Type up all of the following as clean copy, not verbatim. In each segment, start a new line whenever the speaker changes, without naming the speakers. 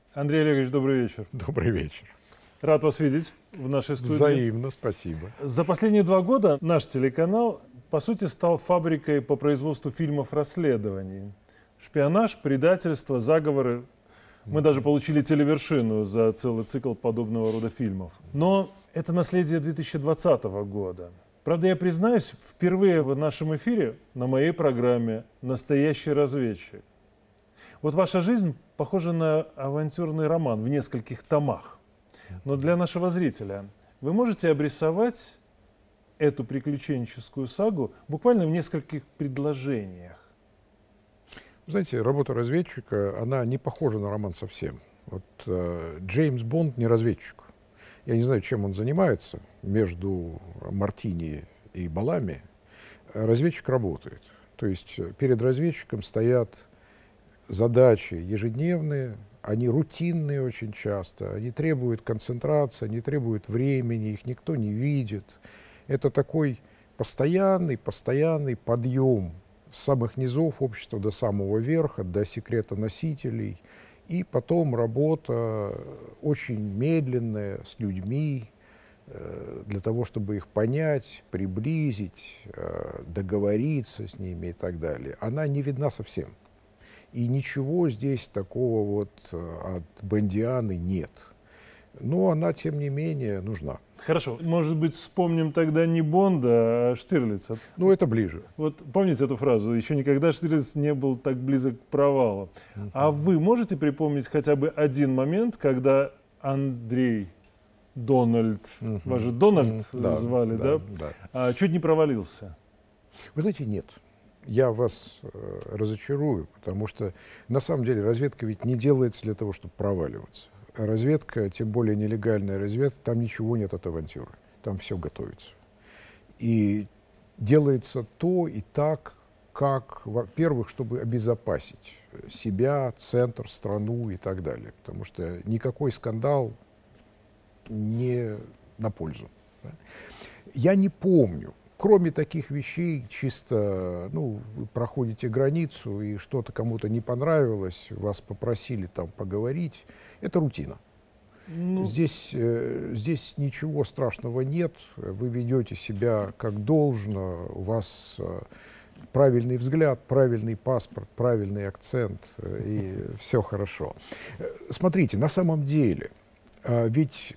Андрей Олегович, добрый вечер.
Добрый вечер.
Рад вас видеть в нашей студии.
Взаимно, спасибо.
За последние 2 года наш телеканал, по сути, стал фабрикой по производству фильмов расследований. Шпионаж, предательство, заговоры. Мы даже получили телевершину за целый цикл подобного рода фильмов. Но это наследие 2020 года. Правда, я признаюсь, впервые в нашем эфире, на моей программе, «Настоящий разведчик». Вот ваша жизнь похожа на авантюрный роман в нескольких томах. Но для нашего зрителя вы можете обрисовать эту приключенческую сагу буквально в нескольких предложениях?
Знаете, работа разведчика, она не похожа на роман совсем. Вот Джеймс Бонд не разведчик. Я не знаю, чем он занимается между Мартини и балами. Разведчик работает. То есть перед разведчиком стоят задачи ежедневные, они рутинные очень часто, они требуют концентрации, они требуют времени, их никто не видит. Это такой постоянный подъем с самых низов общества до самого верха, до секретоносителей. И потом работа очень медленная с людьми, для того, чтобы их понять, приблизить, договориться с ними и так далее. Она не видна совсем. И ничего здесь такого вот от Бондианы нет. Но она, тем не менее, нужна.
Хорошо. Может быть, вспомним тогда не Бонда, а Штирлица?
Ну, это ближе.
Вот помните эту фразу? «Еще никогда Штирлиц не был так близок к провалу». А вы можете припомнить хотя бы один момент, когда Андрей Дональд, вас же Дональд звали, да? Чуть не провалился?
Вы знаете, нет. Я вас разочарую, потому что на самом деле разведка ведь не делается для того, чтобы проваливаться. А разведка, тем более нелегальная разведка, там ничего нет от авантюры. Там все готовится. И делается то и так, как, во-первых, чтобы обезопасить себя, центр, страну и так далее. Потому что никакой скандал не на пользу. Да? Я не помню. Кроме таких вещей, чисто, вы проходите границу, и что-то кому-то не понравилось, вас попросили там поговорить, это рутина. Здесь ничего страшного нет, вы ведете себя как должно, у вас правильный взгляд, правильный паспорт, правильный акцент, и все хорошо. Смотрите, на самом деле, ведь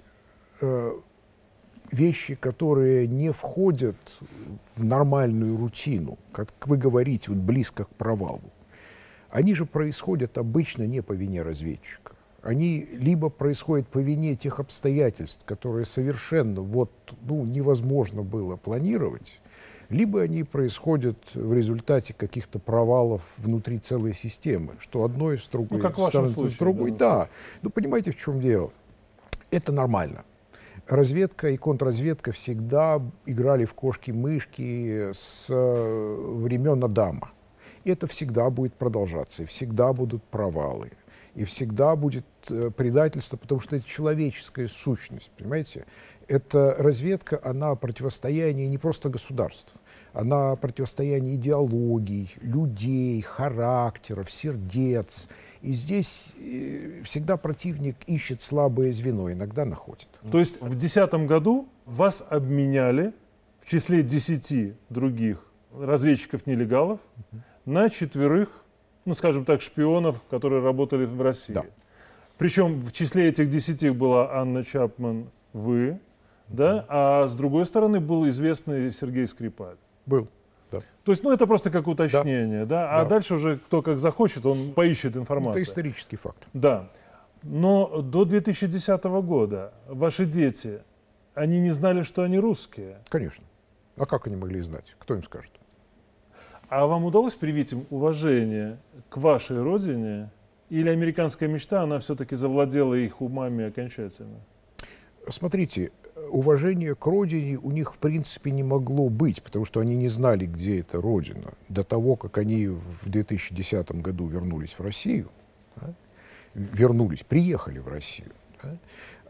вещи, которые не входят в нормальную рутину, как вы говорите, вот близко к провалу, они же происходят обычно не по вине разведчика. Они либо происходят по вине тех обстоятельств, которые совершенно невозможно было планировать, либо они происходят в результате каких-то провалов внутри целой системы, что одной с другой,
как в вашем случае,
с другой, да. Понимаете, в чем дело? Это нормально. Разведка и контрразведка всегда играли в кошки-мышки с времен Адама. И это всегда будет продолжаться, и всегда будут провалы, и всегда будет предательство, потому что это человеческая сущность, понимаете? Эта разведка, она противостояние не просто государств, она противостояние идеологий, людей, характеров, сердец. И здесь всегда противник ищет слабое звено, иногда находит.
То есть в 2010 году вас обменяли в числе 10 других разведчиков-нелегалов на 4, скажем так, шпионов, которые работали в России.
Да.
Причем в числе этих 10 была Анна Чапман, вы, да, а с другой стороны был известный Сергей Скрипаль.
Был. Да.
То есть, это просто как уточнение, да? А дальше уже кто как захочет, он поищет информацию.
Это исторический факт.
Да. Но до 2010 года ваши дети, они не знали, что они русские?
Конечно. А как они могли знать? Кто им скажет?
А вам удалось привить им уважение к вашей родине? Или американская мечта, она все-таки завладела их умами окончательно?
Смотрите, уважение к родине у них в принципе не могло быть, потому что они не знали, где эта родина. До того, как они в 2010 году вернулись в Россию, приехали в Россию. Да?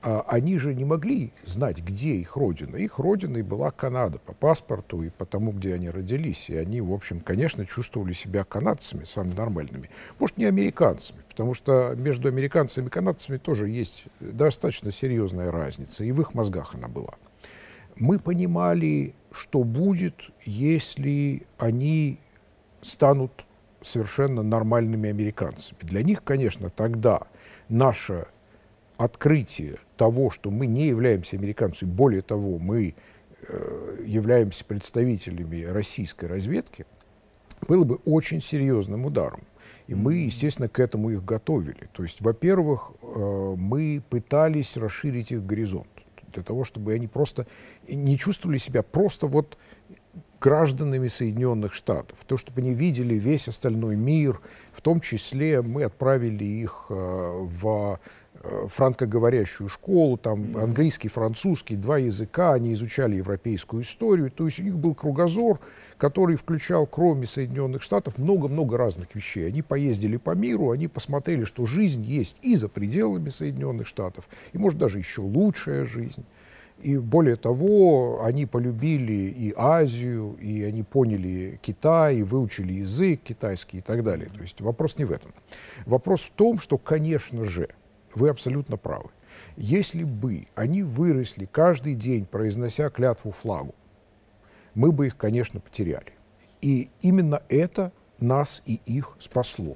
они же не могли знать, где их родина. Их родиной была Канада по паспорту и по тому, где они родились. И они, в общем, конечно, чувствовали себя канадцами, самыми нормальными. Может, не американцами, потому что между американцами и канадцами тоже есть достаточно серьезная разница, и в их мозгах она была. Мы понимали, что будет, если они станут совершенно нормальными американцами. Для них, конечно, тогда наше открытие того, что мы не являемся американцами, более того, мы являемся представителями российской разведки, было бы очень серьезным ударом. И мы, естественно, к этому их готовили. То есть, во-первых, мы пытались расширить их горизонт для того, чтобы они просто не чувствовали себя просто вот гражданами Соединенных Штатов. То, чтобы они видели весь остальной мир, в том числе мы отправили их в франкоговорящую школу, там английский, французский, 2 языка, они изучали европейскую историю, то есть у них был кругозор, который включал, кроме Соединенных Штатов, много-много разных вещей. Они поездили по миру, они посмотрели, что жизнь есть и за пределами Соединенных Штатов, и, может, даже еще лучшая жизнь. И более того, они полюбили и Азию, и они поняли Китай, и выучили язык китайский и так далее. То есть вопрос не в этом. Вопрос в том, что, конечно же, вы абсолютно правы. Если бы они выросли каждый день, произнося клятву флагу, мы бы их, конечно, потеряли. И именно это нас и их спасло.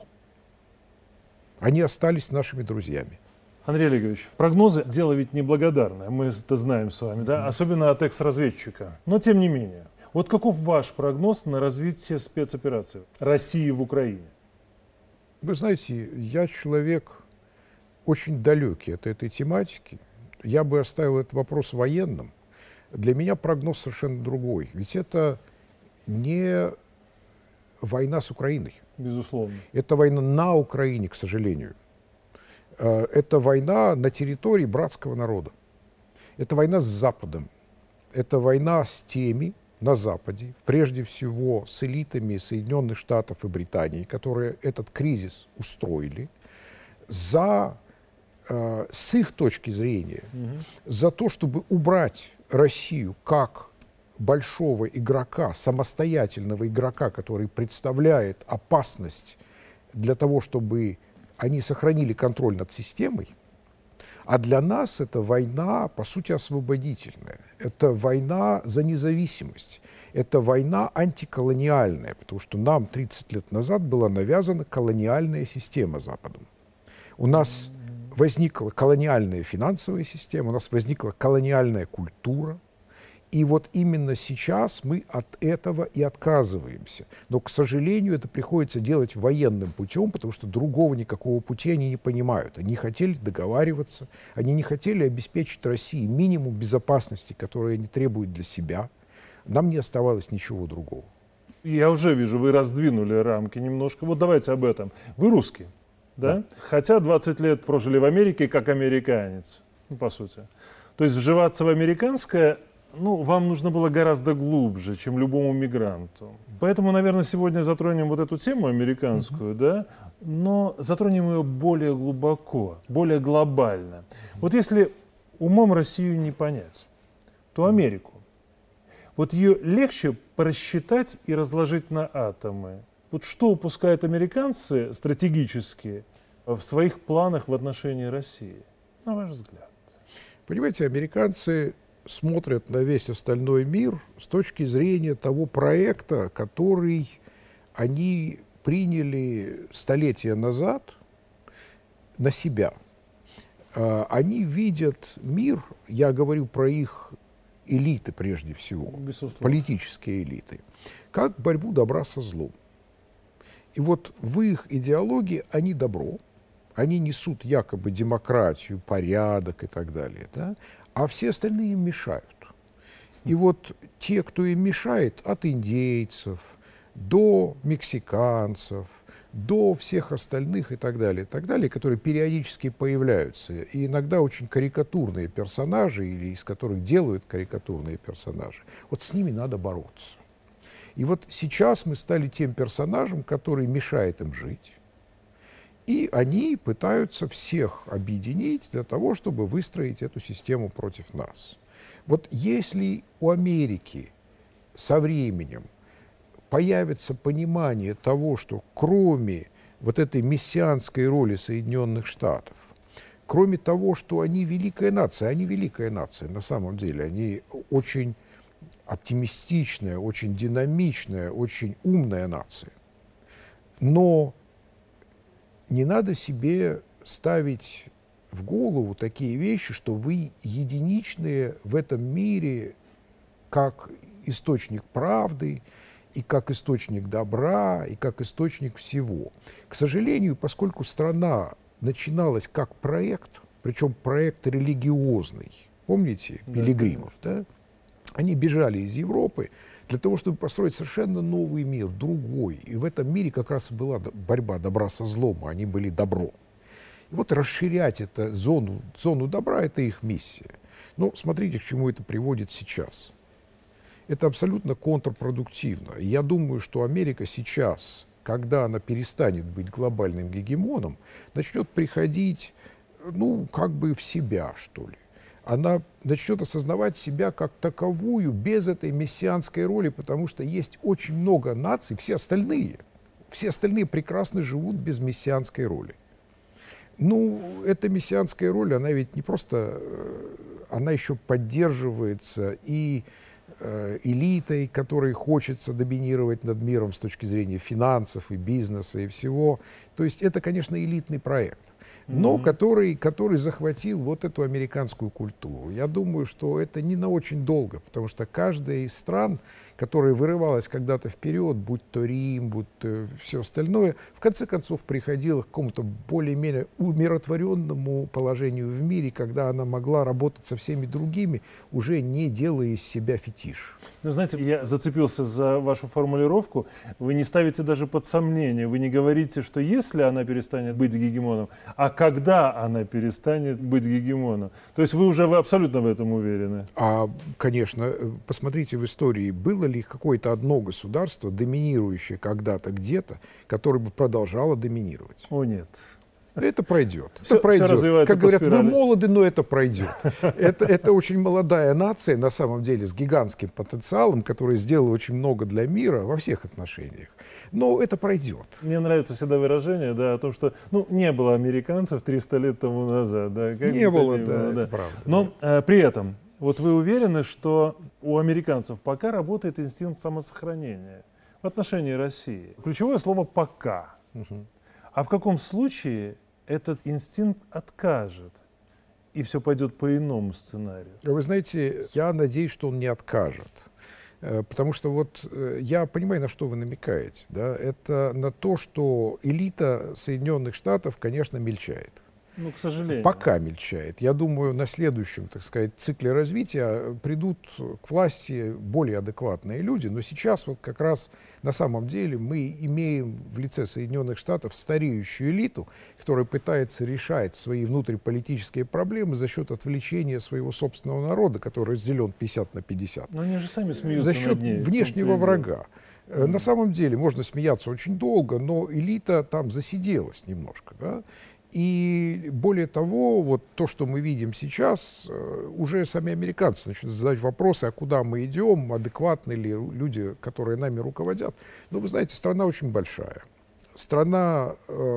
Они остались нашими друзьями.
Андрей Олегович, прогнозы – дело ведь неблагодарное, мы это знаем с вами, да? Особенно от экс-разведчика. Но тем не менее, вот каков ваш прогноз на развитие спецоперации России в Украине?
Вы знаете, я человек очень далекий от этой тематики. Я бы оставил этот вопрос военным. Для меня прогноз совершенно другой. Ведь это не война с Украиной.
Безусловно.
Это война на Украине, к сожалению. Это война на территории братского народа. Это война с Западом. Это война с теми на Западе, прежде всего с элитами Соединенных Штатов и Британии, которые этот кризис устроили, с их точки зрения, за то, чтобы убрать Россию как большого игрока, самостоятельного игрока, который представляет опасность для того, чтобы они сохранили контроль над системой. А для нас это война, по сути, освободительная. Это война за независимость. Это война антиколониальная, потому что нам 30 лет назад была навязана колониальная система Западом. У нас возникла колониальная финансовая система, у нас возникла колониальная культура. И вот именно сейчас мы от этого и отказываемся. Но, к сожалению, это приходится делать военным путем, потому что другого никакого пути они не понимают. Они хотели договариваться, они не хотели обеспечить России минимум безопасности, который они требуют для себя. Нам не оставалось ничего другого.
Я уже вижу, вы раздвинули рамки немножко. Вот давайте об этом. Вы русский, да? Хотя 20 лет прожили в Америке как американец, ну, по сути. То есть вживаться в американское, ну, вам нужно было гораздо глубже, чем любому мигранту. Поэтому, наверное, сегодня затронем вот эту тему американскую, да, но затронем ее более глубоко, более глобально. Вот если умом Россию не понять, то Америку, вот ее легче просчитать и разложить на атомы. Вот что упускают американцы стратегически в своих планах в отношении России, на ваш взгляд?
Понимаете, американцы смотрят на весь остальной мир с точки зрения того проекта, который они приняли столетия назад на себя. Они видят мир, я говорю про их элиты прежде всего, политические элиты, как борьбу добра со злом. И вот в их идеологии они добро, они несут якобы демократию, порядок и так далее, да? А все остальные им мешают. И вот те, кто им мешает, от индейцев до мексиканцев, до всех остальных и так далее, которые периодически появляются. И иногда очень карикатурные персонажи, или из которых делают карикатурные персонажи. Вот с ними надо бороться. И вот сейчас мы стали тем персонажем, который мешает им жить. И они пытаются всех объединить для того, чтобы выстроить эту систему против нас. Вот если у Америки со временем появится понимание того, что кроме вот этой мессианской роли Соединенных Штатов, кроме того, что они великая нация на самом деле, они очень оптимистичная, очень динамичная, очень умная нация. Но не надо себе ставить в голову такие вещи, что вы единичные в этом мире как источник правды, и как источник добра, и как источник всего. К сожалению, поскольку страна начиналась как проект, причем проект религиозный, помните, пилигримов, да? Они бежали из Европы для того, чтобы построить совершенно новый мир, другой. И в этом мире как раз была борьба добра со злом, а они были добро. И вот расширять эту зону добра — это их миссия. Но смотрите, к чему это приводит сейчас. Это абсолютно контрпродуктивно. И я думаю, что Америка сейчас, когда она перестанет быть глобальным гегемоном, начнет приходить, ну, как бы в себя, что ли. Она начнет осознавать себя как таковую, без этой мессианской роли, потому что есть очень много наций, все остальные прекрасно живут без мессианской роли. Ну, эта мессианская роль, она ведь не просто, она еще поддерживается и элитой, которой хочется доминировать над миром с точки зрения финансов и бизнеса и всего. То есть это, конечно, элитный проект, но который захватил вот эту американскую культуру. Я думаю, что это не на очень долго, потому что каждая из стран, которая вырывалась когда-то вперед, будь то Рим, будь то все остальное, в конце концов приходила к какому-то более-менее умиротворенному положению в мире, когда она могла работать со всеми другими, уже не делая из себя фетиш.
Ну, знаете, я зацепился за вашу формулировку. Вы не ставите даже под сомнение, вы не говорите, что если она перестанет быть гегемоном, а когда она перестанет быть гегемоном. То есть вы абсолютно в этом уверены?
Конечно, посмотрите в истории, было ли какое-то одно государство, доминирующее когда-то где-то, которое бы продолжало доминировать?
О, нет.
Это пройдет.
Все
пройдет.
развивается
Как
по
говорят,
спирали.
вы молоды, но это пройдет. Это очень молодая нация, на самом деле, с гигантским потенциалом, которая сделала очень много для мира во всех отношениях. Но это пройдет.
Мне нравится всегда выражение, да, о том, что не было американцев 300 лет тому назад. Да,
Не было, да, это правда.
Но при этом, вот вы уверены, что у американцев пока работает инстинкт самосохранения в отношении России? Ключевое слово «пока». А в каком случае этот инстинкт откажет, и все пойдет по иному сценарию?
Вы знаете, я надеюсь, что он не откажет. Потому что вот я понимаю, на что вы намекаете. Да? Это на то, что элита Соединенных Штатов, конечно, мельчает.
Ну, к сожалению.
Пока мельчает. Я думаю, на следующем, так сказать, цикле развития придут к власти более адекватные люди. Но сейчас вот как раз на самом деле мы имеем в лице Соединенных Штатов стареющую элиту, которая пытается решать свои внутриполитические проблемы за счет отвлечения своего собственного народа, который разделен 50 на 50.
Но они же сами смеются
За счет
над ней,
внешнего врага. На самом деле можно смеяться очень долго, но элита там засиделась немножко, да? И более того, вот то, что мы видим сейчас, уже сами американцы начнут задать вопросы, а куда мы идем, адекватны ли люди, которые нами руководят. Но вы знаете, страна очень большая. Страна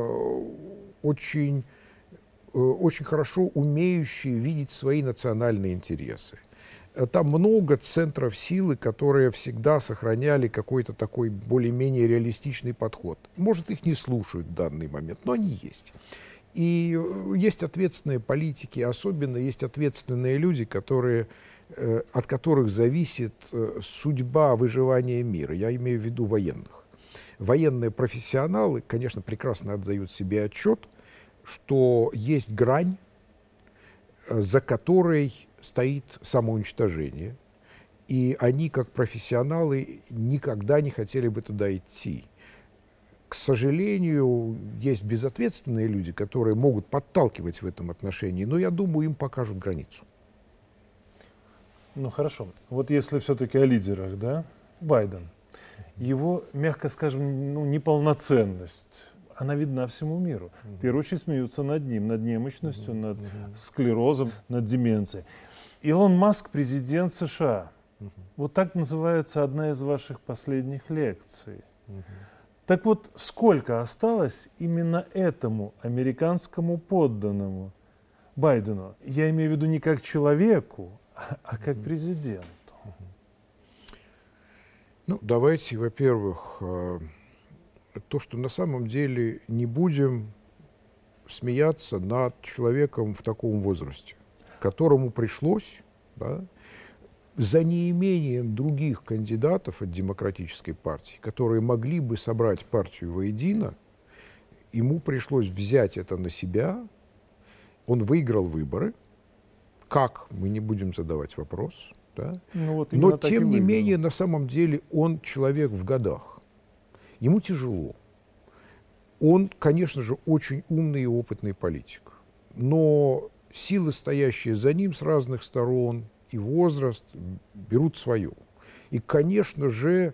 очень хорошо умеющая видеть свои национальные интересы. Там много центров силы, которые всегда сохраняли какой-то такой более-менее реалистичный подход. Может, их не слушают в данный момент, но они есть. И есть ответственные политики, особенно есть ответственные люди, от которых зависит судьба выживания мира. Я имею в виду военных. Военные профессионалы, конечно, прекрасно отдают себе отчет, что есть грань, за которой стоит самоуничтожение. И они, как профессионалы, никогда не хотели бы туда идти. К сожалению, есть безответственные люди, которые могут подталкивать в этом отношении, но я думаю, им покажут границу.
Ну хорошо. Вот если все-таки о лидерах, да, Байден, его, мягко скажем, неполноценность, она видна всему миру. В первую очередь смеются над ним, над немощностью, над склерозом, над деменцией. Илон Маск, президент США. Вот так называется одна из ваших последних лекций. Так вот, сколько осталось именно этому американскому подданному Байдену? Я имею в виду не как человеку, а как президенту.
Ну, давайте, во-первых, то, что на самом деле не будем смеяться над человеком в таком возрасте, которому пришлось, да, за неимением других кандидатов от Демократической партии, которые могли бы собрать партию воедино, ему пришлось взять это на себя. Он выиграл выборы. Как? Мы не будем задавать вопрос. Да?
Ну, вот
но, тем не менее, на самом деле, он человек в годах. Ему тяжело. Он, конечно же, очень умный и опытный политик. Но силы, стоящие за ним с разных сторон, и возраст берут свое. И, конечно же,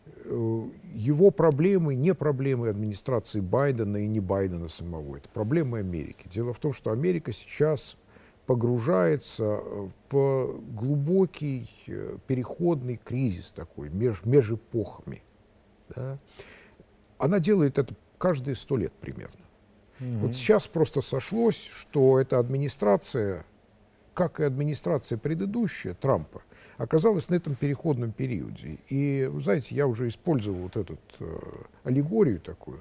его проблемы не проблемы администрации Байдена и не Байдена самого. Это проблемы Америки. Дело в том, что Америка сейчас погружается в глубокий переходный кризис такой, между эпохами. Да? Она делает это каждые 100 лет примерно. Вот сейчас просто сошлось, что эта администрация, как и администрация предыдущая, Трампа, оказалась на этом переходном периоде. И, вы знаете, я уже использовал вот эту аллегорию такую.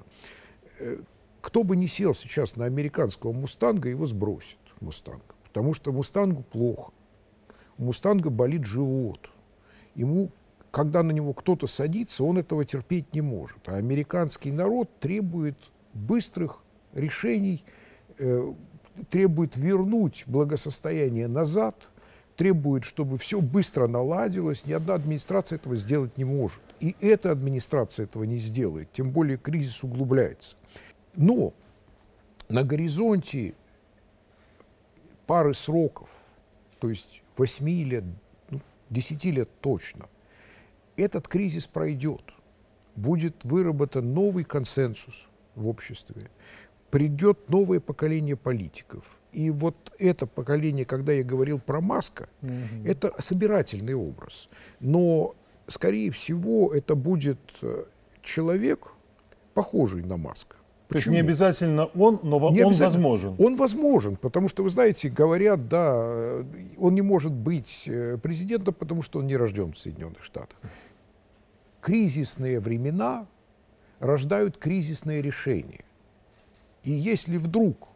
Кто бы ни сел сейчас на американского мустанга, его сбросит мустанг. Потому что мустангу плохо. У мустанга болит живот. Ему, когда на него кто-то садится, он этого терпеть не может. А американский народ требует быстрых решений, требует вернуть благосостояние назад, требует, чтобы все быстро наладилось. Ни одна администрация этого сделать не может. И эта администрация этого не сделает. Тем более кризис углубляется. Но на горизонте пары сроков, то есть 8 лет, 10 лет точно, этот кризис пройдет. Будет выработан новый консенсус в обществе. Придет новое поколение политиков. И вот это поколение, когда я говорил про Маска, это собирательный образ. Но, скорее всего, это будет человек, похожий на Маска.
То есть не обязательно он, но он возможен.
Он возможен, потому что, вы знаете, говорят, да, он не может быть президентом, потому что он не рожден в Соединенных Штатах. Кризисные времена рождают кризисные решения. И если вдруг,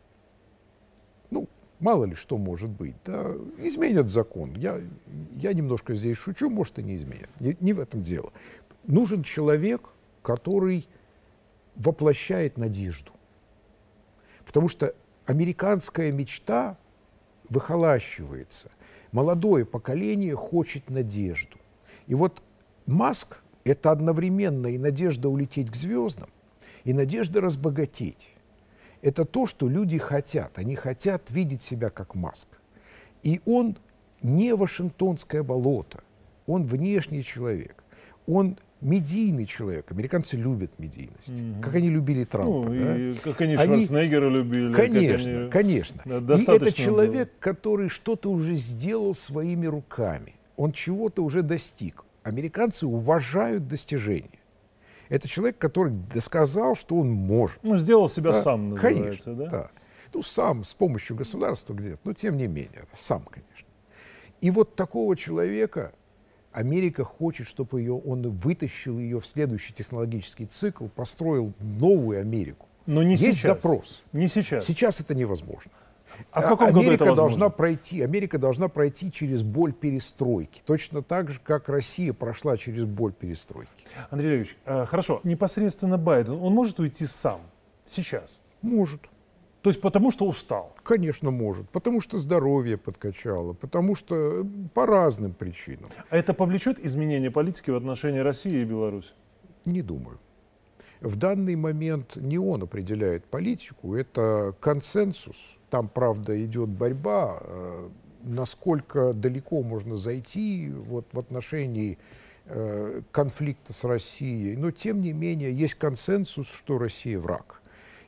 мало ли что может быть, да, изменят закон. Я немножко здесь шучу, может, и не изменят. Не в этом дело. Нужен человек, который воплощает надежду. Потому что американская мечта выхолащивается. Молодое поколение хочет надежду. И вот Маск — это одновременно и надежда улететь к звездам, и надежда разбогатеть. Это то, что люди хотят. Они хотят видеть себя как Маск. И он не Вашингтонское болото. Он внешний человек. Он медийный человек. Американцы любят медийность. Как они любили Трампа.
И как они Шварценеггера любили.
Конечно, конечно.
Да,
и это человек, который что-то уже сделал своими руками. Он чего-то уже достиг. Американцы уважают достижения. Это человек, который сказал, что он может.
Сделал себя сам, называется.
Конечно,
да?
Да. Сам, с помощью государства где-то, но тем не менее, сам, конечно. И вот такого человека Америка хочет, чтобы он вытащил ее в следующий технологический цикл, построил новую Америку.
Но не
Есть
сейчас.
Запрос.
Не сейчас.
Сейчас это невозможно.
А в каком году это возможно?
Америка должна пройти через боль перестройки. Точно так же, как Россия прошла через боль перестройки.
Андрей Олегович, хорошо. Непосредственно Байден, он может уйти сам? Сейчас?
Может.
То есть потому, что устал?
Конечно, может. Потому что здоровье подкачало. Потому что по разным причинам.
А это повлечет изменение политики в отношении России и Беларуси?
Не думаю. В данный момент не он определяет политику, это консенсус. Там, правда, идет борьба, насколько далеко можно зайти в отношении конфликта с Россией. Но, тем не менее, есть консенсус, что Россия враг.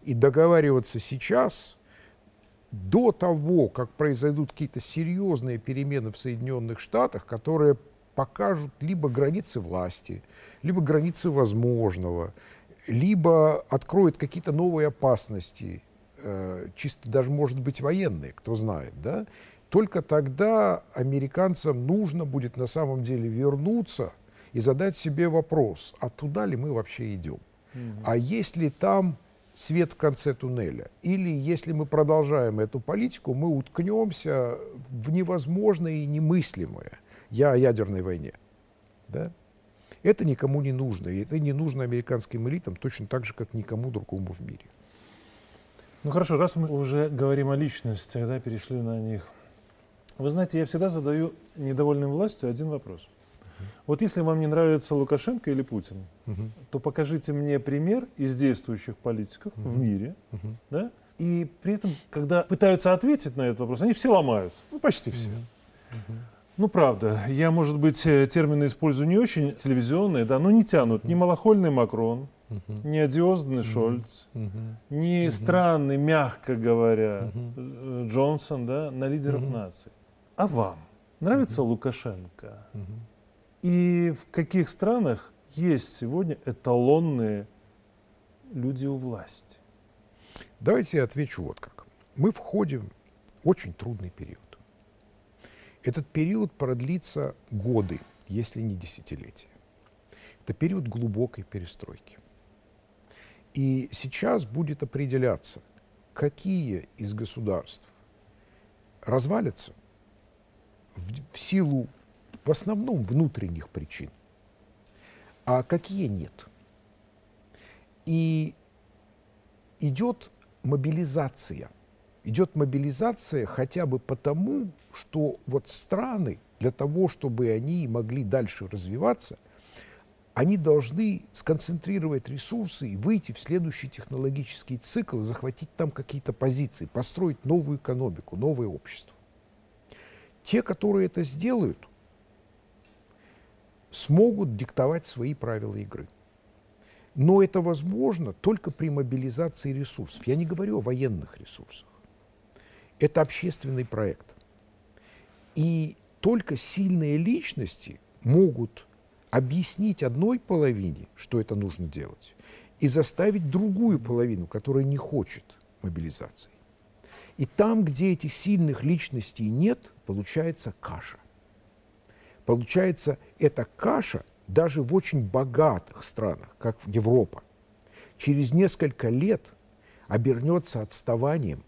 И договариваться сейчас, до того, как произойдут какие-то серьезные перемены в Соединенных Штатах, которые покажут либо границы власти, либо границы возможного, либо откроют какие-то новые опасности, чисто даже, может быть, военные, кто знает, да? Только тогда американцам нужно будет на самом деле вернуться и задать себе вопрос, а туда ли мы вообще идем? А есть ли там свет в конце туннеля? Или если мы продолжаем эту политику, мы уткнемся в невозможное и немыслимое. Я о ядерной войне. Да? Это никому не нужно. И это не нужно американским элитам точно так же, как никому другому в мире.
Ну хорошо, раз мы уже говорим о личностях, да, перешли на них. Вы знаете, я всегда задаю недовольным властью один вопрос. Вот если вам не нравится Лукашенко или Путин, то покажите мне пример из действующих политиков в мире, да? И при этом, когда пытаются ответить на этот вопрос, они все ломаются, ну почти все. Ну правда, я, может быть, термины использую не очень телевизионные, да, но не тянут ни малохольный Макрон, ни одиозный Шольц, ни странный, мягко говоря, Джонсон, да, на лидеров наций. А вам нравится Лукашенко? И в каких странах есть сегодня эталонные люди у власти?
Давайте я отвечу вот как. Мы входим в очень трудный период. Этот период продлится годы, если не десятилетия. Это период глубокой перестройки. И сейчас будет определяться, какие из государств развалятся в силу в основном внутренних причин, а какие нет. И идет мобилизация. Идет мобилизация хотя бы потому, что вот страны, для того, чтобы они могли дальше развиваться, они должны сконцентрировать ресурсы и выйти в следующий технологический цикл, захватить там какие-то позиции, построить новую экономику, новое общество. Те, которые это сделают, смогут диктовать свои правила игры. Но это возможно только при мобилизации ресурсов. Я не говорю о военных ресурсах. Это общественный проект. И только сильные личности могут объяснить одной половине, что это нужно делать, и заставить другую половину, которая не хочет мобилизации. И там, где этих сильных личностей нет, получается каша. Получается, эта каша даже в очень богатых странах, как Европа, через несколько лет обернется отставанием,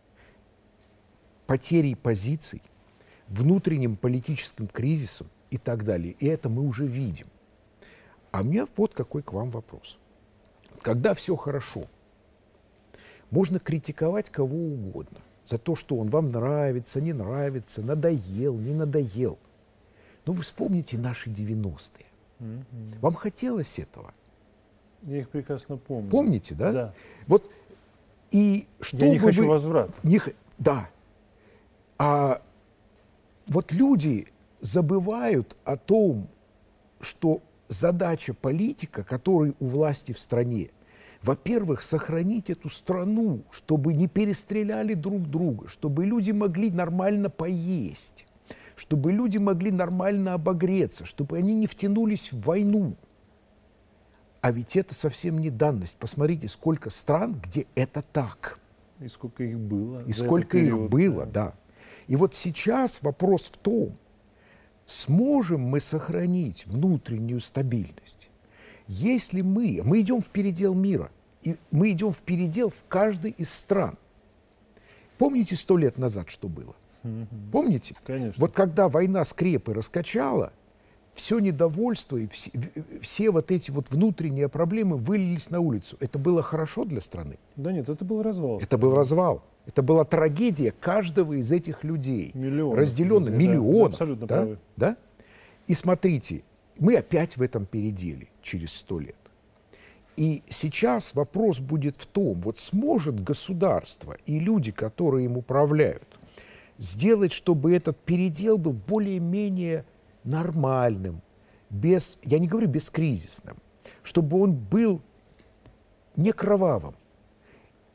потерей позиций, внутренним политическим кризисом и так далее. И это мы уже видим. А у меня вот какой к вам вопрос. Когда все хорошо, можно критиковать кого угодно за то, что он вам нравится, не нравится, надоел, не надоел. Но вы вспомните наши 90-е. Вам хотелось этого?
Я их прекрасно помню.
Помните, да?
Да.
Вот, и что
я не хочу
вы...
возврат.
Да. А вот люди забывают о том, что задача политика, который у власти в стране, во-первых, сохранить эту страну, чтобы не перестреляли друг друга, чтобы люди могли нормально поесть, чтобы люди могли нормально обогреться, чтобы они не втянулись в войну. А ведь это совсем не данность. Посмотрите, сколько стран, где это так.
И сколько их было.
И сколько их было, да. И вот сейчас вопрос в том, сможем мы сохранить внутреннюю стабильность, если мы идем в передел мира, и мы идем в передел в каждой из стран. Помните 100 лет назад, что было? Помните?
Конечно.
Вот когда война скрепы раскачала, все недовольство и все вот эти вот внутренние проблемы вылились на улицу. Это было хорошо для страны?
Да нет, это был развал.
Это был развал. Это была трагедия каждого из этих людей.
Миллионов.
Разделенных,
Да,
миллионов.
абсолютно
да?
правы.
Да? И смотрите, мы опять в этом переделе через 100 лет. И сейчас вопрос будет в том, вот сможет государство и люди, которые им управляют, сделать, чтобы этот передел был более-менее нормальным, я не говорю бескризисным, чтобы он был не кровавым.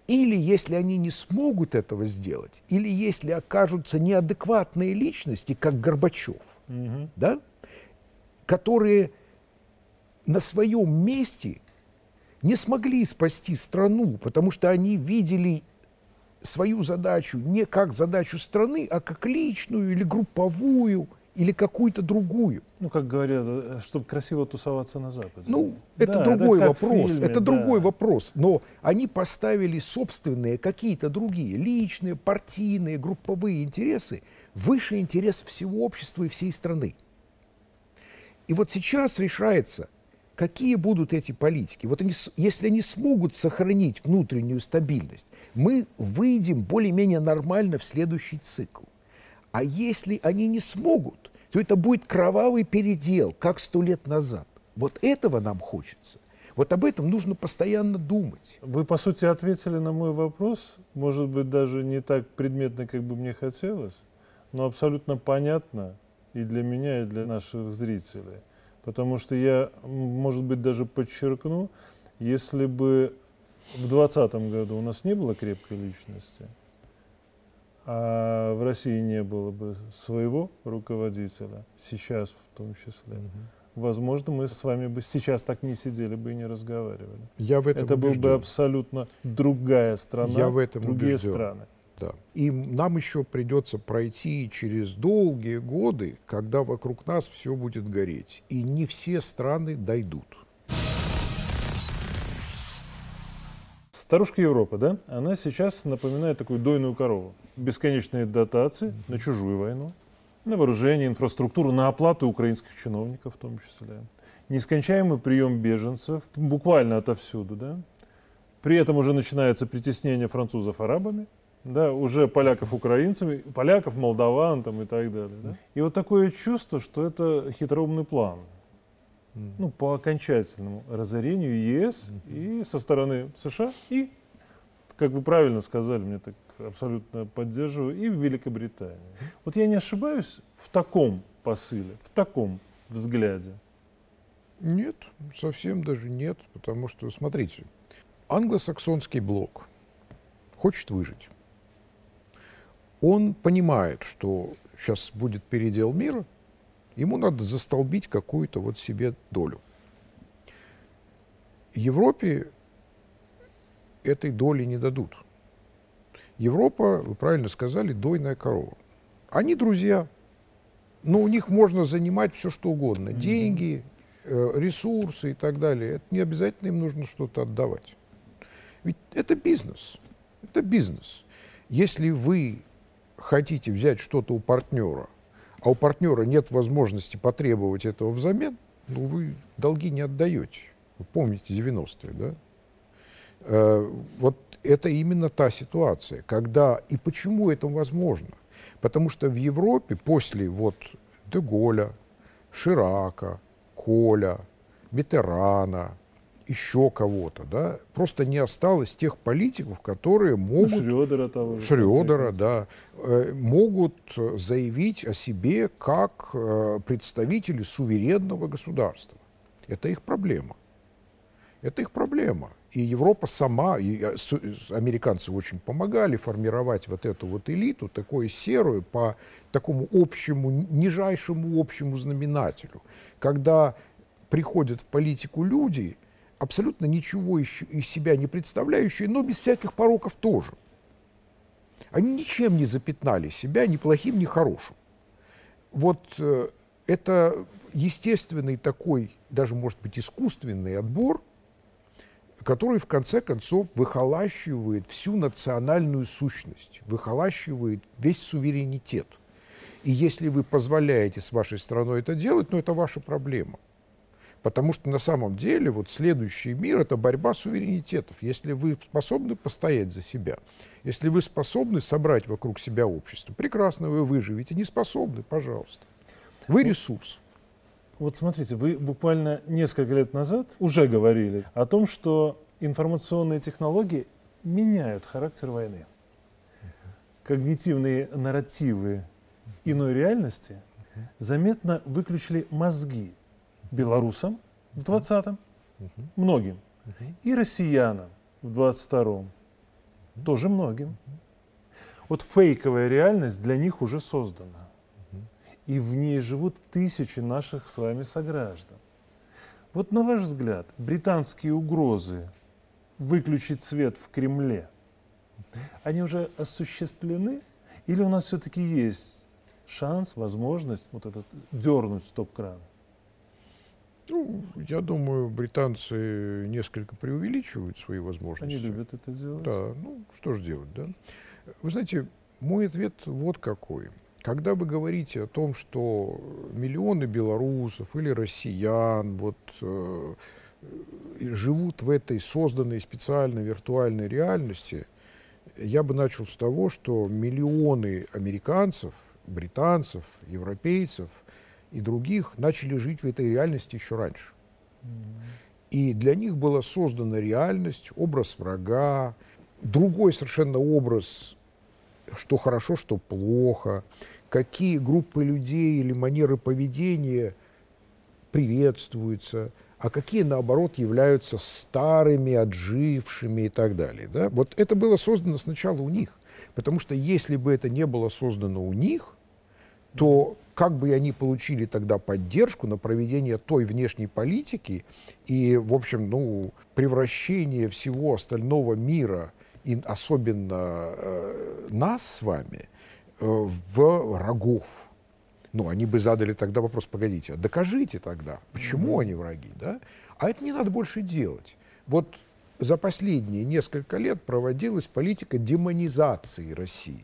Или если они не смогут этого сделать, или если окажутся неадекватные личности, как Горбачев, да, которые на своем месте не смогли спасти страну, потому что они видели свою задачу не как задачу страны, а как личную или групповую, или какую-то другую.
Ну, как говорят, чтобы красиво тусоваться на Западе.
Ну,
да,
это другой вопрос.
Фильме,
это другой вопрос. Но они поставили собственные какие-то другие, личные, партийные, групповые интересы выше интерес всего общества и всей страны. И вот сейчас решается, какие будут эти политики. Вот они, если они смогут сохранить внутреннюю стабильность, мы выйдем более-менее нормально в следующий цикл. А если они не смогут, то это будет кровавый передел, как 100 лет назад. Вот этого нам хочется. Вот об этом нужно постоянно думать.
Вы, по сути, ответили на мой вопрос, может быть, даже не так предметно, как бы мне хотелось, но абсолютно понятно и для меня, и для наших зрителей. Потому что я, может быть, даже подчеркну, если бы в 2020 году у нас не было крепкой личности, а в России не было бы своего руководителя, сейчас в том числе, возможно, мы с вами бы сейчас так не сидели бы и не разговаривали.
Я в этом
Это
убежден.
была бы абсолютно другая страна,
Я в этом
другие
убежден.
страны.
Да. И нам еще придется пройти через долгие годы, когда вокруг нас все будет гореть. И не все страны дойдут.
Старушка Европа, да, она сейчас напоминает такую дойную корову. Бесконечные дотации на чужую войну, на вооружение, инфраструктуру, на оплату украинских чиновников в том числе. Нескончаемый прием беженцев, буквально отовсюду, да. При этом уже начинается притеснение французов арабами, да, уже поляков украинцами, поляков молдаван там, и так далее. Да. И вот такое чувство, что это хитроумный план. Ну, по окончательному разорению ЕС и со стороны США, и, как вы правильно сказали, мне так абсолютно поддерживаю, и в Великобритании. Вот я не ошибаюсь в таком посыле, в таком взгляде?
Нет, совсем даже нет, потому что, смотрите, англосаксонский блок хочет выжить. Он понимает, что сейчас будет передел мира, ему надо застолбить какую-то вот себе долю. Европе этой доли не дадут. Европа, вы правильно сказали, дойная корова. Они друзья, но у них можно занимать все, что угодно. Деньги, ресурсы и так далее. Это не обязательно им нужно что-то отдавать. Ведь это бизнес. Это бизнес. Если вы хотите взять что-то у партнера, а у партнера нет возможности потребовать этого взамен, ну, вы долги не отдаете. Вы помните 90-е, да? Вот это именно та ситуация, когда... И почему это возможно? Потому что в Европе после вот де Голля, Ширака, Коля, Миттерана, еще кого-то, да, просто не осталось тех политиков, которые могут...
Шрёдера того же.
Шрёдера, да, могут заявить о себе как представители суверенного государства. Это их проблема. Это их проблема. И Европа сама, и американцы очень помогали формировать вот эту вот элиту, такую серую, по такому общему, нижайшему общему знаменателю. Когда приходят в политику люди, абсолютно ничего из себя не представляющие, но без всяких пороков тоже. Они ничем не запятнали себя, ни плохим, ни хорошим. Вот это естественный такой, даже, может быть, искусственный отбор, который, в конце концов, выхолащивает всю национальную сущность, выхолащивает весь суверенитет. И если вы позволяете с вашей страной это делать, ну, это ваша проблема. Потому что на самом деле вот следующий мир — это борьба суверенитетов. Если вы способны постоять за себя, если вы способны собрать вокруг себя общество, прекрасно, вы выживете. Не способны, пожалуйста. Вы ресурс.
Вот смотрите, вы буквально несколько лет назад уже говорили о том, что информационные технологии меняют характер войны. Когнитивные нарративы иной реальности заметно выключили мозги белорусам в 20-м, многим, и россиянам в 22-м. Тоже многим. Вот фейковая реальность для них уже создана. И в ней живут тысячи наших с вами сограждан. Вот на ваш взгляд, британские угрозы выключить свет в Кремле, они уже осуществлены? Или у нас все-таки есть шанс, возможность вот этот дернуть стоп-кран?
Ну, я думаю, британцы несколько преувеличивают свои возможности.
Они любят это делать.
Да, ну что ж делать, да? Вы знаете, мой ответ вот какой. Когда вы говорите о том, что миллионы белорусов или россиян вот, живут в этой созданной специально виртуальной реальности, я бы начал с того, что миллионы американцев, британцев, европейцев и других начали жить в этой реальности еще раньше. И для них была создана реальность, образ врага, другой совершенно образ, что хорошо, что плохо, какие группы людей или манеры поведения приветствуются, а какие, наоборот, являются старыми, отжившими и так далее. Да? Вот это было создано сначала у них. Потому что если бы это не было создано у них, то как бы они получили тогда поддержку на проведение той внешней политики и, в общем, ну, превращение всего остального мира, и особенно нас с вами, в врагов. Ну, они бы задали тогда вопрос: погодите, а докажите тогда, почему они враги, да? А это не надо больше делать. Вот за последние несколько лет проводилась политика демонизации России.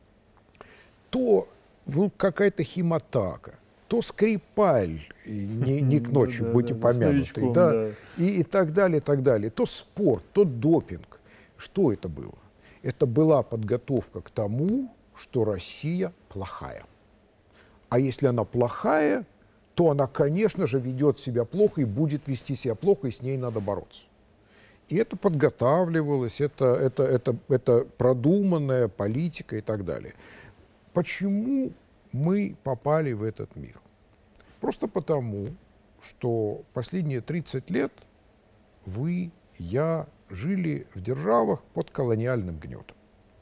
То какая-то Химатака, то Скрипаль, не к ночи, будьте помянуты, да, и так далее, так далее. То спорт, то допинг. Что это было? Это была подготовка к тому, что Россия плохая. А если она плохая, то она, конечно же, ведет себя плохо и будет вести себя плохо, и с ней надо бороться. И это подготавливалось, это продуманная политика и так далее. Почему мы попали в этот мир? Просто потому, что последние 30 лет вы, я жили в державах под колониальным гнетом.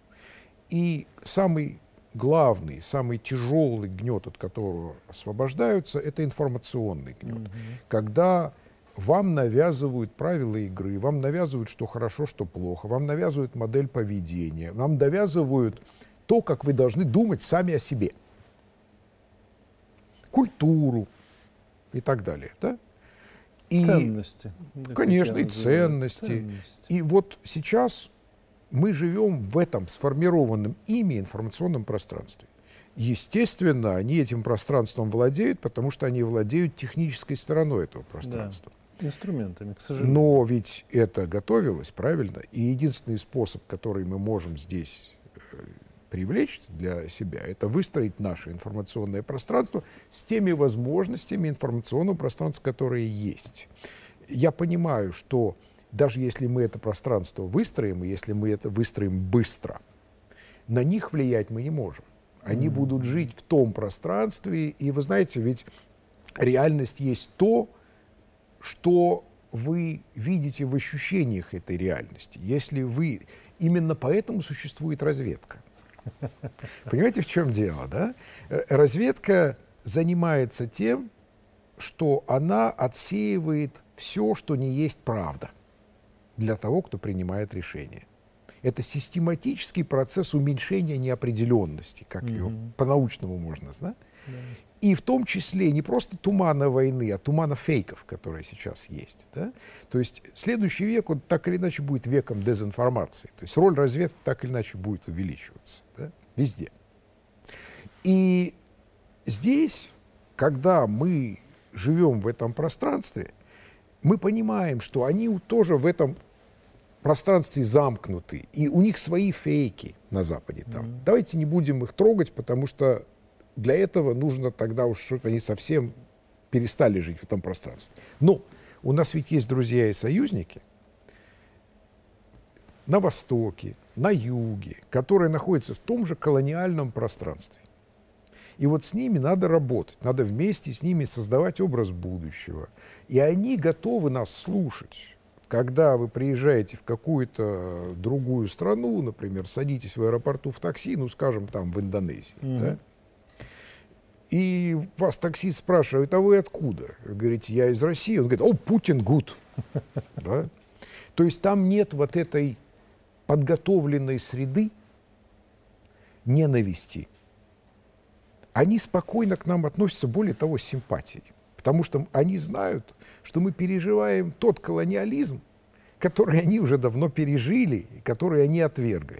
И самый главный, самый тяжелый гнет, от которого освобождаются, это информационный гнет. Когда вам навязывают правила игры, вам навязывают, что хорошо, что плохо, вам навязывают модель поведения, вам навязывают то, как вы должны думать сами о себе. Культуру и так далее. Да? И,
ценности.
Конечно, и ценности. И вот сейчас мы живем в этом сформированном ими информационном пространстве. Естественно, они этим пространством владеют, потому что они владеют технической стороной этого пространства.
Да, инструментами, к сожалению.
Но ведь это готовилось, правильно? И единственный способ, который мы можем здесь привлечь для себя, это выстроить наше информационное пространство с теми возможностями информационного пространства, которые есть. Я понимаю, что даже если мы это пространство выстроим, и если мы это выстроим быстро, на них влиять мы не можем. Они будут жить в том пространстве, и вы знаете, ведь реальность есть то, что вы видите в ощущениях этой реальности. Если вы... Именно поэтому существует разведка. Понимаете, в чем дело, да? Разведка занимается тем, что она отсеивает все, что не есть правда, для того, кто принимает решение. Это систематический процесс уменьшения неопределенности, как ее по-научному можно знать. И в том числе не просто тумана войны, а тумана фейков, которые сейчас есть. Да? То есть следующий век, он так или иначе будет веком дезинформации. То есть роль разведки так или иначе будет увеличиваться. Да? Везде. И здесь, когда мы живем в этом пространстве, мы понимаем, что они тоже в этом пространстве замкнуты. И у них свои фейки на Западе там. Давайте не будем их трогать, потому что для этого нужно тогда уж, чтобы они совсем перестали жить в этом пространстве. Но у нас ведь есть друзья и союзники на Востоке, на Юге, которые находятся в том же колониальном пространстве. И вот с ними надо работать, надо вместе с ними создавать образ будущего. И они готовы нас слушать. когда вы приезжаете в какую-то другую страну, например, садитесь в аэропорту в такси, ну, скажем, там, в Индонезии, да, и вас таксист спрашивает, а вы откуда? Вы говорите, я из России. Он говорит, о, Путин гуд. Да? То есть там нет вот этой подготовленной среды ненависти. Они спокойно к нам относятся, более того, с симпатией. Потому что они знают, что мы переживаем тот колониализм, который они уже давно пережили, и который они отвергли.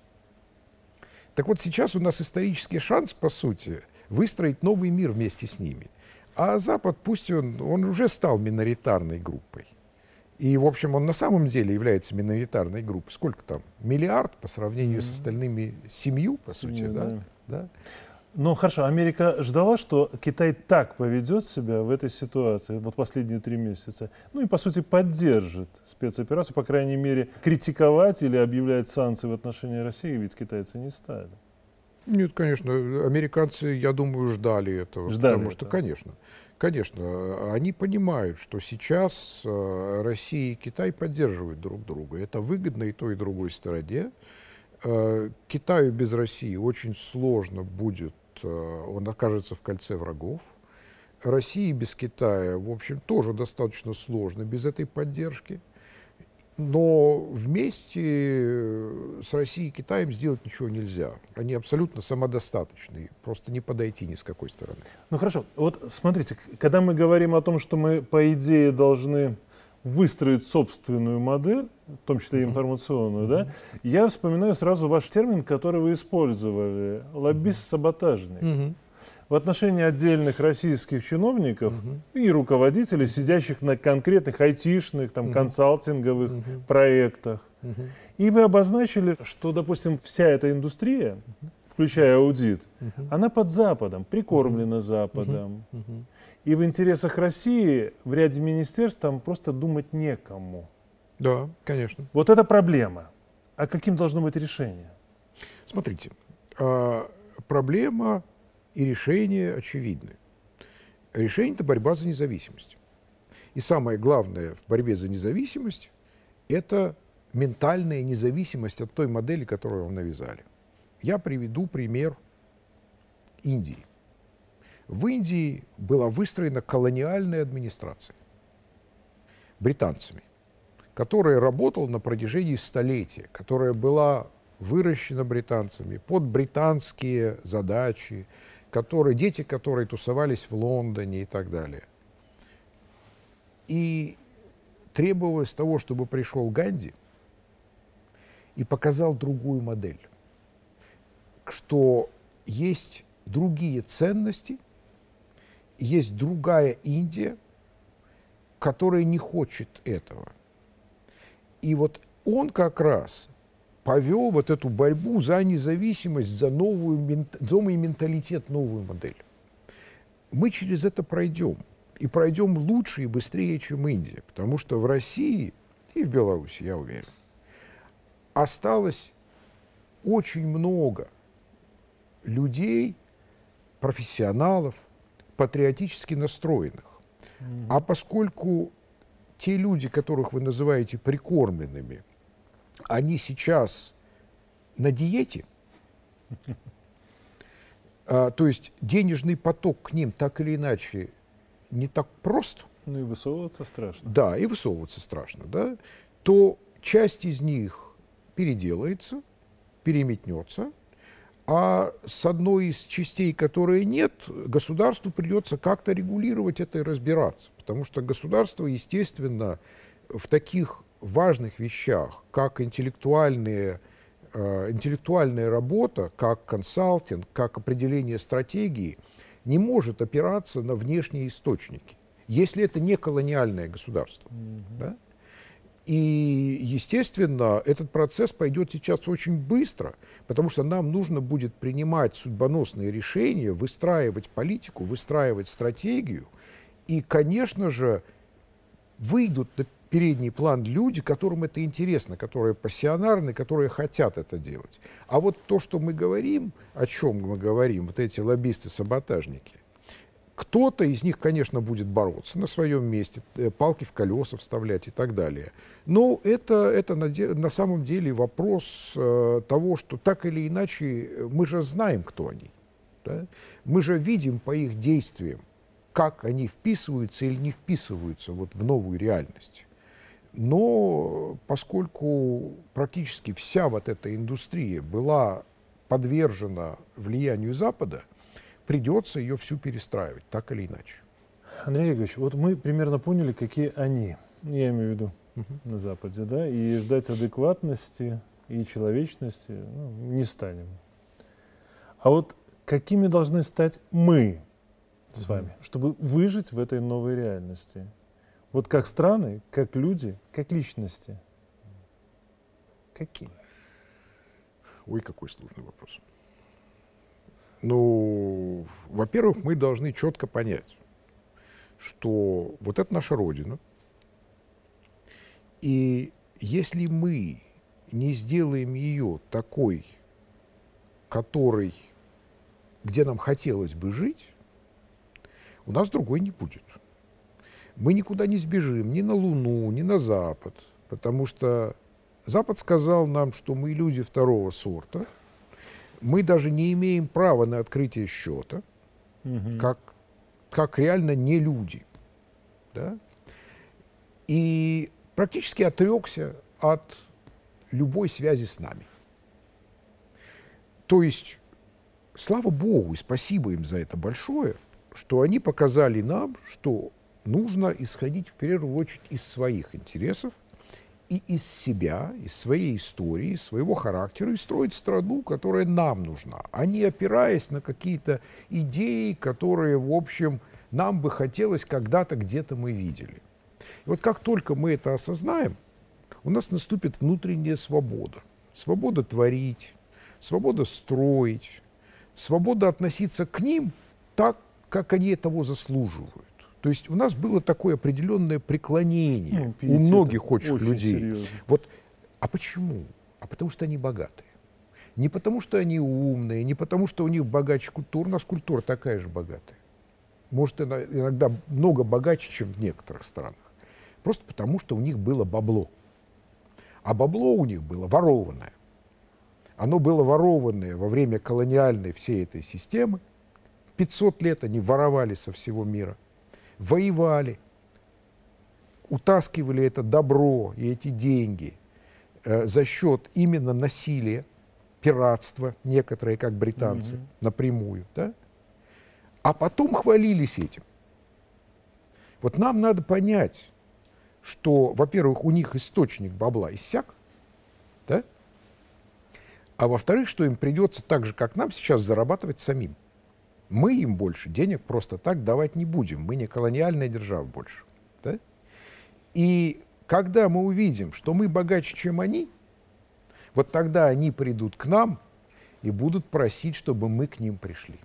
Так вот, сейчас у нас исторический шанс, по сути, выстроить новый мир вместе с ними. А Запад, пусть он уже стал миноритарной группой. И, в общем, он на самом деле является миноритарной группой. Сколько там? Миллиард по сравнению с остальными 7, по сути, да? Да?
Ну, хорошо, Америка ждала, что Китай так поведет себя в этой ситуации, вот последние 3 месяца, ну и, по сути, поддержит спецоперацию, по крайней мере, критиковать или объявлять санкции в отношении России, ведь китайцы не стали.
Нет, конечно, американцы, я думаю, ждали этого.
Ждали
потому что, конечно, они понимают, что сейчас Россия и Китай поддерживают друг друга. Это выгодно и той, и другой стороне. Китаю без России очень сложно будет, он окажется в кольце врагов. России без Китая, в общем, тоже достаточно сложно без этой поддержки. Но вместе с Россией и Китаем сделать ничего нельзя. Они абсолютно самодостаточны, просто не подойти ни с какой стороны.
Ну хорошо, вот смотрите, когда мы говорим о том, что мы, по идее, должны выстроить собственную модель, в том числе и информационную, да, я вспоминаю сразу ваш термин, который вы использовали, лоббист-саботажник. В отношении отдельных российских чиновников и руководителей, сидящих на конкретных айтишных, там, консалтинговых проектах. И вы обозначили, что, допустим, вся эта индустрия, включая аудит, она под Западом, прикормлена Западом. И в интересах России в ряде министерств там просто думать некому.
Да, конечно.
Вот это проблема. А каким должно быть решение?
Смотрите, проблема и решение очевидны. Решение – это борьба за независимость. И самое главное в борьбе за независимость – это ментальная независимость от той модели, которую вам навязали. Я приведу пример Индии. В Индии была выстроена колониальная администрация британцами, которая работала на протяжении столетия, которая была выращена британцами под британские задачи, дети, которые тусовались в Лондоне и так далее. И требовалось того, чтобы пришел Ганди и показал другую модель, что есть другие ценности, есть другая Индия, которая не хочет этого. И вот он как раз повел вот эту борьбу за независимость, за новый менталитет, новую модель. Мы через это пройдем. И пройдем лучше и быстрее, чем Индия. Потому что в России и в Беларуси, я уверен, осталось очень много людей, профессионалов, патриотически настроенных. А поскольку те люди, которых вы называете прикормленными, они сейчас на диете, то есть денежный поток к ним так или иначе не так прост.
Ну и высовываться страшно.
Да, и высовываться страшно, да, то часть из них переделается, переметнется, а с одной из частей, которой нет, государству придется как-то регулировать это и разбираться. Потому что государство, естественно, в таких важных вещах, как интеллектуальная работа, как консалтинг, как определение стратегии, не может опираться на внешние источники, если это не колониальное государство. Да? И, естественно, этот процесс пойдет сейчас очень быстро, потому что нам нужно будет принимать судьбоносные решения, выстраивать политику, выстраивать стратегию. И, конечно же, выйдут на передний план люди, которым это интересно, которые пассионарны, которые хотят это делать. А вот то, что мы говорим, о чем мы говорим, вот эти лоббисты-саботажники, Кто-то из них, конечно, будет бороться на своем месте, палки в колеса вставлять и так далее. Но это на самом деле вопрос того, что так или иначе мы же знаем, кто они. Да? Мы же видим по их действиям, как они вписываются или не вписываются вот в новую реальность. Но поскольку практически вся вот эта индустрия была подвержена влиянию Запада, придется ее всю перестраивать, так или иначе.
Андрей Олегович, вот мы примерно поняли, какие они, я имею в виду на Западе, да, и ждать адекватности и человечности не станем. А вот какими должны стать мы с вами, чтобы выжить в этой новой реальности? Вот как страны, как люди, как личности. Какие?
Ой, какой сложный вопрос. Ну, во-первых, мы должны четко понять, что вот это наша Родина. И если мы не сделаем ее такой, где нам хотелось бы жить, у нас другой не будет. Мы никуда не сбежим, ни на Луну, ни на Запад, потому что Запад сказал нам, что мы люди второго сорта. Мы даже не имеем права на открытие счета, как реально не люди. Да? И практически отрекся от любой связи с нами. То есть, слава Богу и спасибо им за это большое, что они показали нам, что нужно исходить в первую очередь из своих интересов, и из себя, из своей истории, из своего характера, и строить страну, которая нам нужна, а не опираясь на какие-то идеи, которые, в общем, нам бы хотелось когда-то где-то мы видели. И вот как только мы это осознаем, у нас наступит внутренняя свобода. Свобода творить, свобода строить, свобода относиться к ним так, как они того заслуживают. То есть у нас было такое определенное преклонение у многих очень людей.
Серьезно.
Вот, а почему? А потому что они богатые. Не потому что они умные, не потому что у них богаче культура. У нас культура такая же богатая. Может, иногда много богаче, чем в некоторых странах. Просто потому что у них было бабло. А бабло у них было ворованное. Оно было ворованное во время колониальной всей этой системы. 500 лет они воровали со всего мира. Воевали, утаскивали это добро и эти деньги за счет именно насилия, пиратства, некоторые, как британцы, напрямую, да? А потом хвалились этим. Вот нам надо понять, что, во-первых, у них источник бабла иссяк, да? А во-вторых, что им придется так же, как нам сейчас, зарабатывать самим. Мы им больше денег просто так давать не будем. Мы не колониальная держава больше. Да? И когда мы увидим, что мы богаче, чем они, вот тогда они придут к нам и будут просить, чтобы мы к ним пришли.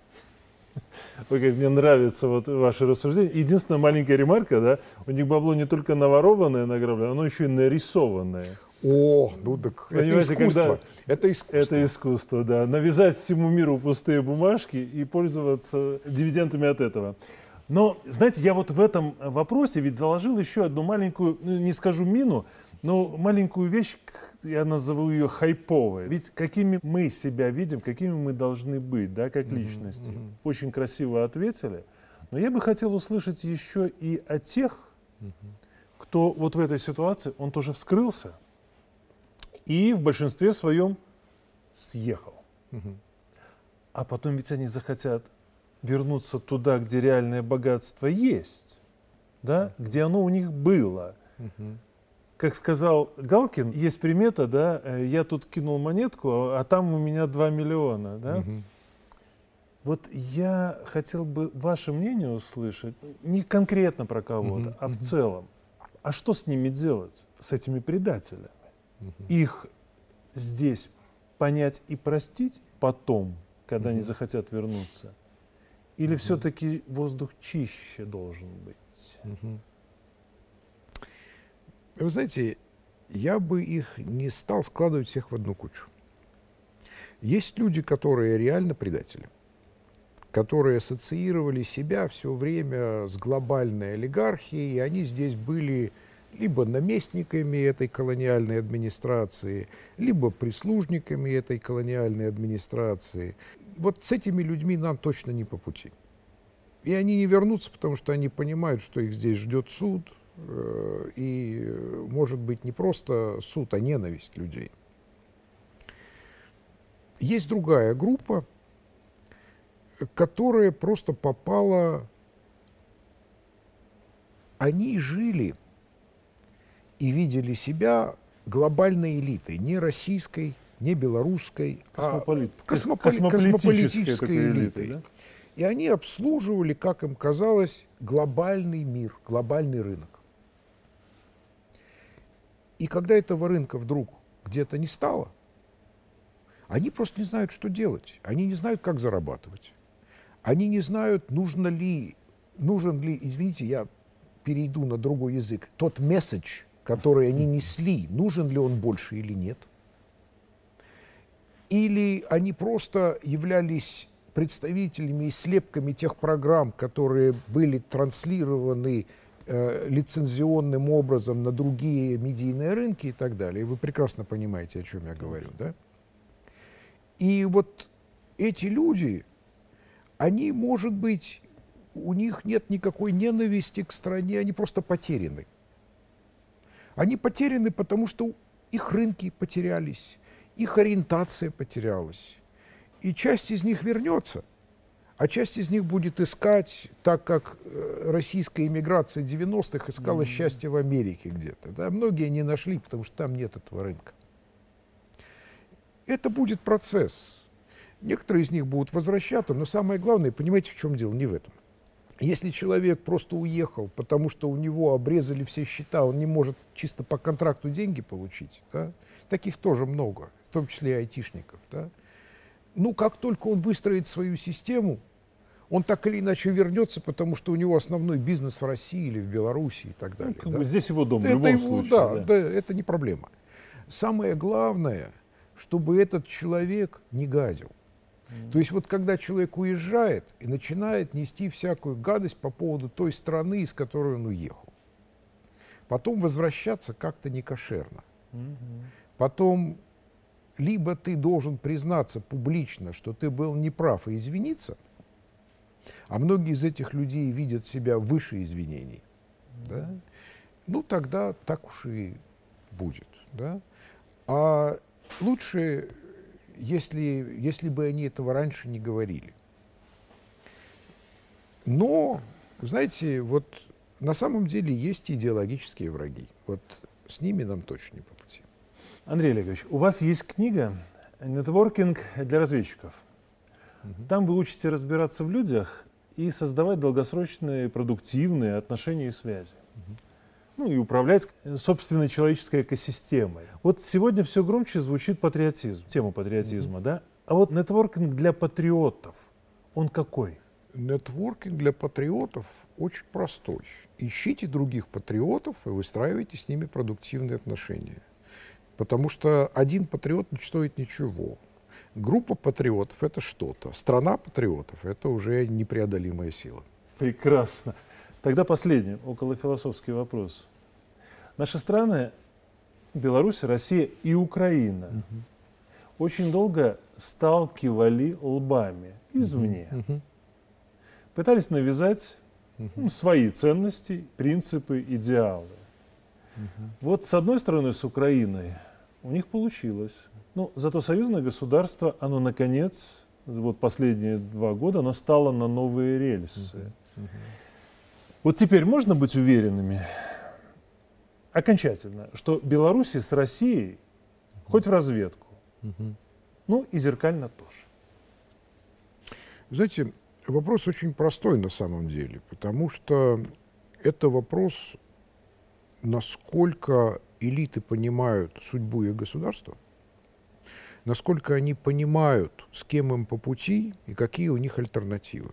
Ой, мне нравится вот ваше рассуждение. Единственная маленькая ремарка, да, у них бабло не только наворованное, награбленное, оно еще и нарисованное.
О, ну так это искусство. Это искусство.
Это искусство, да. Навязать всему миру пустые бумажки и пользоваться дивидендами от этого. Но, знаете, я вот в этом вопросе ведь заложил еще одну маленькую, не скажу мину, но маленькую вещь, я назову ее хайповой. Ведь какими мы себя видим, какими мы должны быть, да, как личности. Очень красиво ответили. Но я бы хотел услышать еще и о тех, кто вот в этой ситуации, он тоже вскрылся и в большинстве своем съехал. А потом ведь они захотят вернуться туда, где реальное богатство есть, да, где оно у них было. Как сказал Галкин, есть примета, да, я тут кинул монетку, а там у меня 2 миллиона, да. Вот я хотел бы ваше мнение услышать, не конкретно про кого-то, а в целом. А что с ними делать, с этими предателями? Их здесь понять и простить потом, когда они захотят вернуться? Или все-таки воздух чище должен быть?
Вы знаете, я бы их не стал складывать всех в одну кучу. Есть люди, которые реально предатели, которые ассоциировали себя все время с глобальной олигархией, и они здесь были либо наместниками этой колониальной администрации, либо прислужниками этой колониальной администрации. Вот с этими людьми нам точно не по пути. И они не вернутся, потому что они понимают, что их здесь ждет суд, и, может быть, не просто суд, а ненависть людей. Есть другая группа, которая просто попала... Они жили и видели себя глобальной элитой, не российской, не белорусской, космополитической элитой. Да? И они обслуживали, как им казалось, глобальный мир, глобальный рынок. И когда этого рынка вдруг где-то не стало, они просто не знают, что делать. Они не знают, как зарабатывать. Они не знают, нужен ли, извините, я перейду на другой язык, тот месседж, который они несли, нужен ли он больше или нет. Или они просто являлись представителями и слепками тех программ, которые были транслированы лицензионным образом на другие медийные рынки и так далее. И вы прекрасно понимаете, о чем я говорю, да? И вот эти люди, они, может быть, у них нет никакой ненависти к стране, они просто потеряны. Они потеряны, потому что их рынки потерялись, их ориентация потерялась. И часть из них вернется, а часть из них будет искать, так как российская иммиграция 90-х искала счастье в Америке где-то. Да? Многие не нашли, потому что там нет этого рынка. Это будет процесс. Некоторые из них будут возвращаться, но самое главное, понимаете, в чем дело, не в этом. Если человек просто уехал, потому что у него обрезали все счета, он не может чисто по контракту деньги получить, да? Таких тоже много, в том числе и айтишников. Да? Ну, как только он выстроит свою систему, он так или иначе вернется, потому что у него основной бизнес в России или в Беларуси и так далее.
Ну,
да?
Здесь его дом в
это
любом
его,
случае.
Да, это не проблема. Самое главное, чтобы этот человек не гадил. То есть вот когда человек уезжает и начинает нести всякую гадость по поводу той страны, из которой он уехал, потом возвращаться как-то не кошерно. Потом либо ты должен признаться публично, что ты был неправ, и извиниться, а многие из этих людей видят себя выше извинений, да? Ну тогда так уж и будет. Да? А лучше... Если бы они этого раньше не говорили. Но, знаете, вот на самом деле есть идеологические враги. Вот с ними нам точно не по пути.
Андрей Олегович, у вас есть книга «Нетворкинг для разведчиков». Там вы учите разбираться в людях и создавать долгосрочные, продуктивные отношения и связи. Ну и управлять собственной человеческой экосистемой. Вот сегодня все громче звучит патриотизм, тема патриотизма, да? А вот нетворкинг для патриотов, он какой?
Нетворкинг для патриотов очень простой. Ищите других патриотов и выстраивайте с ними продуктивные отношения. Потому что один патриот не стоит ничего. Группа патриотов — это что-то. Страна патриотов — это уже непреодолимая сила.
Прекрасно. Тогда последний, околофилософский вопрос. Наши страны, Беларусь, Россия и Украина, очень долго сталкивали лбами извне. Пытались навязать свои ценности, принципы, идеалы. Вот с одной стороны, с Украиной у них получилось. Но зато союзное государство, оно наконец, вот последние 2 года, оно стало на новые рельсы. Вот теперь можно быть уверенными окончательно, что Беларусь с Россией хоть в разведку, ну и зеркально тоже.
Знаете, вопрос очень простой на самом деле, потому что это вопрос, насколько элиты понимают судьбу их государства, насколько они понимают, с кем им по пути и какие у них альтернативы.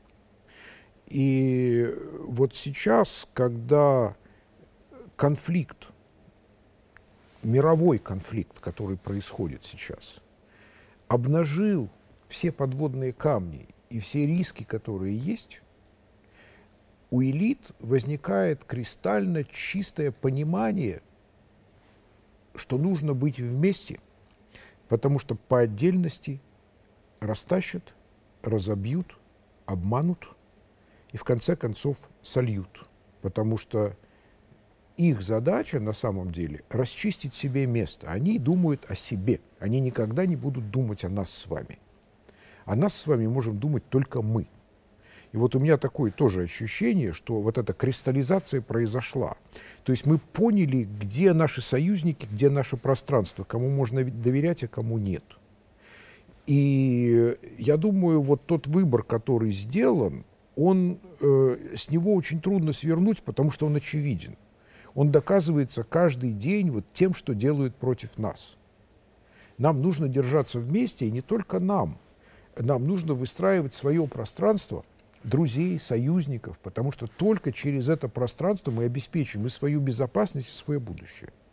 И вот сейчас, когда конфликт, мировой конфликт, который происходит сейчас, обнажил все подводные камни и все риски, которые есть, у элит возникает кристально чистое понимание, что нужно быть вместе, потому что по отдельности растащат, разобьют, обманут и в конце концов сольют. Потому что их задача на самом деле расчистить себе место. Они думают о себе. Они никогда не будут думать о нас с вами. О нас с вами можем думать только мы. И вот у меня такое тоже ощущение, что вот эта кристаллизация произошла. То есть мы поняли, где наши союзники, где наше пространство, кому можно доверять, а кому нет. И я думаю, вот тот выбор, который сделан, с него очень трудно свернуть, потому что он очевиден. Он доказывается каждый день вот тем, что делают против нас. Нам нужно держаться вместе, и не только нам. Нам нужно выстраивать свое пространство друзей, союзников, потому что только через это пространство мы обеспечим и свою безопасность, и свое будущее.